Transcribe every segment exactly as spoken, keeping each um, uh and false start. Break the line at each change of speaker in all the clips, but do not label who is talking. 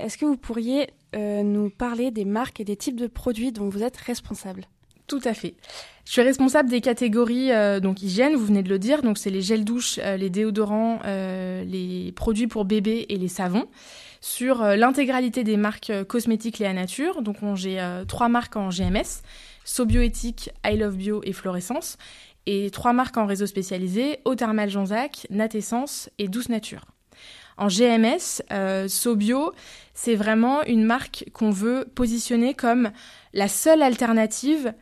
est-ce que vous pourriez euh, nous parler des marques et des types de produits dont vous êtes responsable ?
Tout à fait. Je suis responsable des catégories euh, donc hygiène, vous venez de le dire, donc c'est les gels douche, euh, les déodorants, euh, les produits pour bébés et les savons. Sur euh, l'intégralité des marques euh, cosmétiques Léa Nature, donc on, j'ai euh, trois marques en G M S, SoBioéthique, I Love Bio et Florescence, et trois marques en réseau spécialisé, Eau Thermale Jonzac, Natessence et Douce Nature. En G M S, euh, SoBio, c'est vraiment une marque qu'on veut positionner comme la seule alternative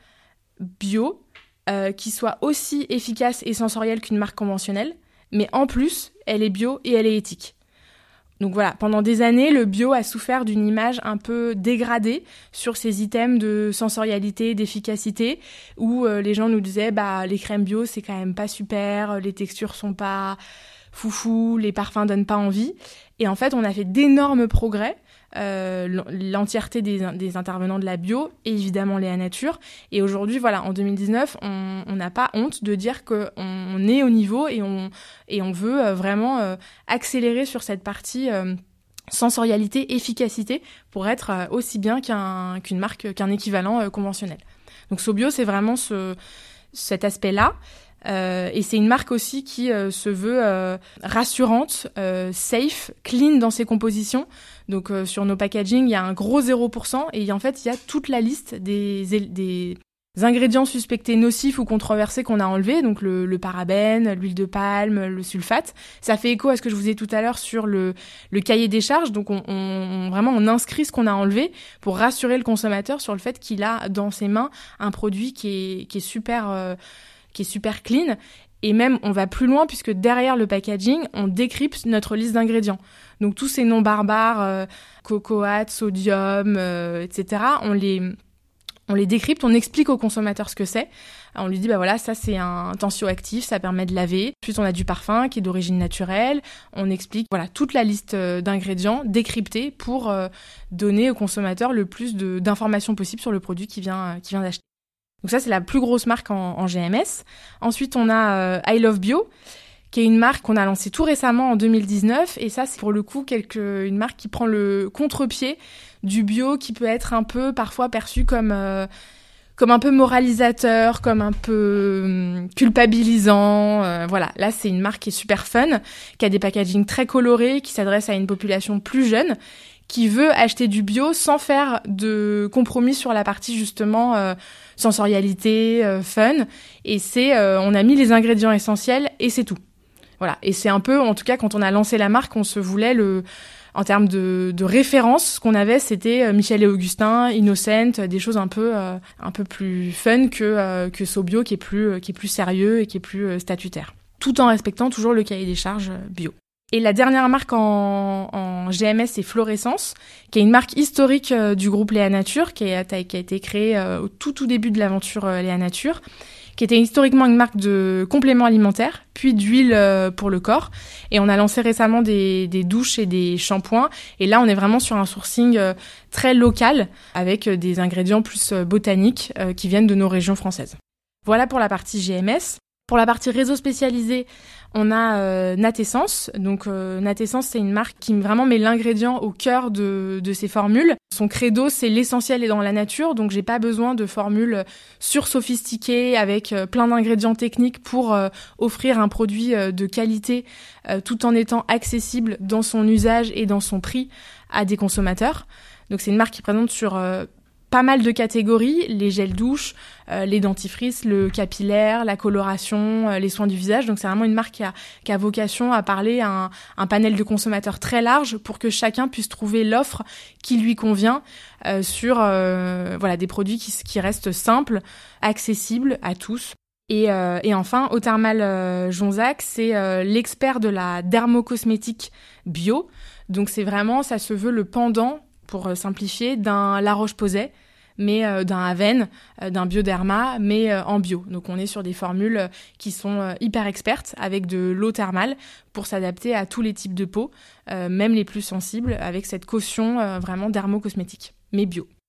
bio euh, qui soit aussi efficace et sensorielle qu'une marque conventionnelle, mais en plus, elle est bio et elle est éthique. Donc voilà, pendant des années, le bio a souffert d'une image un peu dégradée sur ces items de sensorialité, d'efficacité, où euh, les gens nous disaient bah les crèmes bio c'est quand même pas super, les textures sont pas foufou, les parfums donnent pas envie. Et en fait, on a fait d'énormes progrès. Euh, l'entièreté des, des intervenants de la bio et évidemment Léa Nature. Et aujourd'hui, voilà, en deux mille dix-neuf, on n'a pas honte de dire qu'on on est au niveau et on, et on veut euh, vraiment euh, accélérer sur cette partie euh, sensorialité, efficacité pour être euh, aussi bien qu'un, qu'une marque, qu'un équivalent euh, conventionnel. Donc SoBio, c'est vraiment ce, cet aspect-là. Euh, et c'est une marque aussi qui euh, se veut euh, rassurante, euh, safe, clean dans ses compositions. Donc euh, sur nos packaging, il y a un gros zéro pour cent et en fait, il y a toute la liste des, des ingrédients suspectés nocifs ou controversés qu'on a enlevés, donc le, le parabène, l'huile de palme, le sulfate. Ça fait écho à ce que je vous ai dit tout à l'heure sur le, le cahier des charges. Donc on, on, vraiment, on inscrit ce qu'on a enlevé pour rassurer le consommateur sur le fait qu'il a dans ses mains un produit qui est, qui est super... Euh, qui est super clean, et même on va plus loin puisque derrière le packaging, on décrypte notre liste d'ingrédients. Donc tous ces noms barbares, euh, cocoate, sodium, euh, et cetera, on les, on les décrypte, on explique au consommateur ce que c'est. On lui dit, bah voilà, ça c'est un tensioactif, ça permet de laver. Ensuite, on a du parfum qui est d'origine naturelle. On explique, voilà, toute la liste d'ingrédients décryptés pour euh, donner au consommateur le plus de, d'informations possibles sur le produit qu'il vient, qu'il vient d'acheter. Donc ça, c'est la plus grosse marque en, en G M S. Ensuite, on a euh, I Love Bio, qui est une marque qu'on a lancée tout récemment en deux mille dix-neuf. Et ça, c'est pour le coup quelque, une marque qui prend le contre-pied du bio, qui peut être un peu parfois perçu comme, euh, comme un peu moralisateur, comme un peu hum, culpabilisant. Euh, voilà, là, c'est une marque qui est super fun, qui a des packagings très colorés, qui s'adresse à une population plus jeune, qui veut acheter du bio sans faire de compromis sur la partie justement euh, sensorialité, euh, fun. Et c'est, euh, on a mis les ingrédients essentiels et c'est tout. Voilà. Et c'est un peu, en tout cas, quand on a lancé la marque, on se voulait le, en termes de, de référence, ce qu'on avait, c'était Michel et Augustin, Innocent, des choses un peu, euh, un peu plus fun que euh, que SoBio, qui est plus, qui est plus sérieux et qui est plus euh, statutaire, tout en respectant toujours le cahier des charges bio. Et la dernière marque en, en G M S, c'est Florescence, qui est une marque historique euh, du groupe Léa Nature, qui a, qui a été créée euh, au tout tout début de l'aventure euh, Léa Nature, qui était historiquement une marque de compléments alimentaires, puis d'huile euh, pour le corps. Et on a lancé récemment des, des douches et des shampoings. Et là, on est vraiment sur un sourcing euh, très local, avec euh, des ingrédients plus euh, botaniques euh, qui viennent de nos régions françaises. Voilà pour la partie G M S. Pour la partie réseau spécialisé, on a euh, Natessence. Donc euh, Natessence, c'est une marque qui vraiment met l'ingrédient au cœur de, de ses formules. Son credo, c'est l'essentiel est dans la nature, donc j'ai pas besoin de formules sur-sophistiquées avec euh, plein d'ingrédients techniques pour euh, offrir un produit euh, de qualité euh, tout en étant accessible dans son usage et dans son prix à des consommateurs. Donc c'est une marque qui présente sur euh, pas mal de catégories, les gels douche, euh, les dentifrices, le capillaire, la coloration, euh, les soins du visage. Donc c'est vraiment une marque qui a, qui a vocation à parler à un, un panel de consommateurs très large pour que chacun puisse trouver l'offre qui lui convient euh, sur euh, voilà des produits qui, qui restent simples, accessibles à tous. Et, euh, et enfin, Eau Thermale euh, Jonzac, c'est euh, l'expert de la dermocosmétique bio. Donc c'est vraiment, ça se veut le pendant, pour simplifier, d'un La Roche-Posay, mais euh, d'un Aven, euh, d'un Bioderma, mais euh, en bio. Donc on est sur des formules euh, qui sont euh, hyper expertes, avec de l'eau thermale, pour s'adapter à tous les types de peau, euh, même les plus sensibles, avec cette caution euh, vraiment dermocosmétique, mais bio.